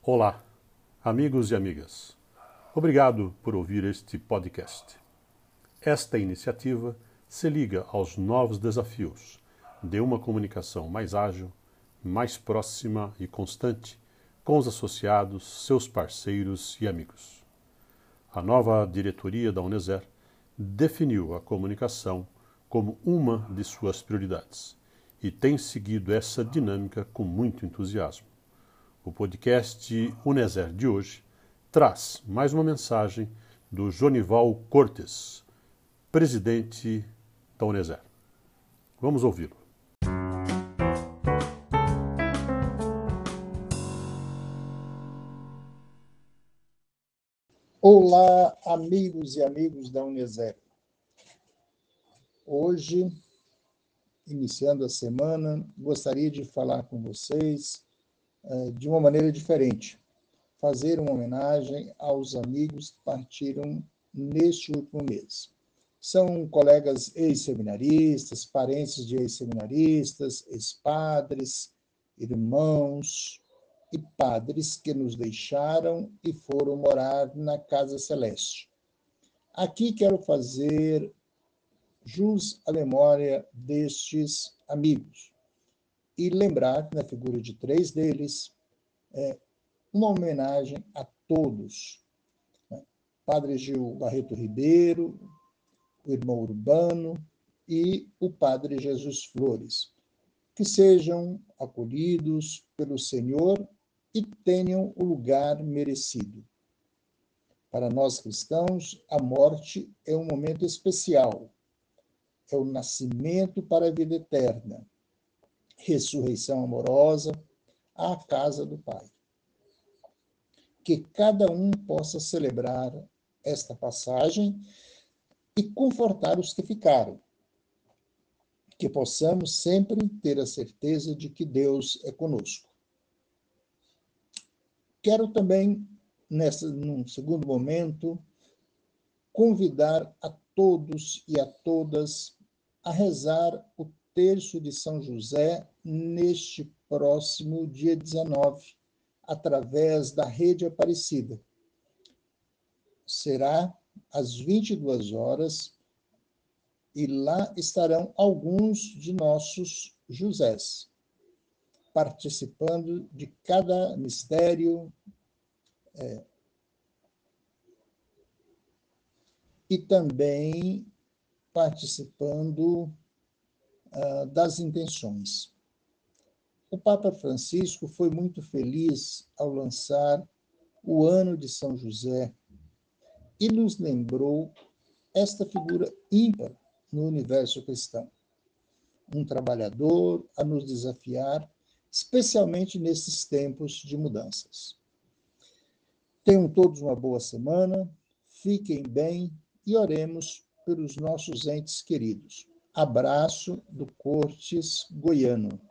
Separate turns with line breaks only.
Olá, amigos e amigas. Obrigado por ouvir este podcast. Esta iniciativa se liga aos novos desafios de uma comunicação mais ágil, mais próxima e constante com os associados, seus parceiros e amigos. A nova diretoria da Uneser definiu a comunicação como uma de suas prioridades e tem seguido essa dinâmica com muito entusiasmo. O podcast Uneser de hoje traz mais uma mensagem do Jonival Cortes, presidente da Uneser. Vamos ouvi-lo.
Olá, amigos e amigos da Uneser. Hoje, iniciando a semana, gostaria de falar com vocês de uma maneira diferente. Fazer uma homenagem aos amigos que partiram neste último mês. São colegas ex-seminaristas, parentes de ex-seminaristas, ex-padres, irmãos e padres que nos deixaram e foram morar na Casa Celeste. Aqui quero fazer jus à memória destes amigos e lembrar, na figura de 3 deles, uma homenagem a todos. Padre Gil Barreto Ribeiro, o irmão Urbano e o Padre Jesus Flores. Que sejam acolhidos pelo Senhor e tenham o lugar merecido. Para nós cristãos, a morte é um momento especial. É o nascimento para a vida eterna. Ressurreição amorosa à casa do Pai. Que cada um possa celebrar esta passagem e confortar os que ficaram. Que possamos sempre ter a certeza de que Deus é conosco. Quero também, num segundo momento, convidar a todos e a todas a rezar o Terço de São José neste próximo dia 19, através da Rede Aparecida. Será às 22 horas e lá estarão alguns de nossos Josés, participando de cada mistério e também participando das intenções. O Papa Francisco foi muito feliz ao lançar o Ano de São José e nos lembrou esta figura ímpar no universo cristão. Um trabalhador a nos desafiar, especialmente nesses tempos de mudanças. Tenham todos uma boa semana, fiquem bem e oremos pelos nossos entes queridos. Abraço do Cortes Goiano.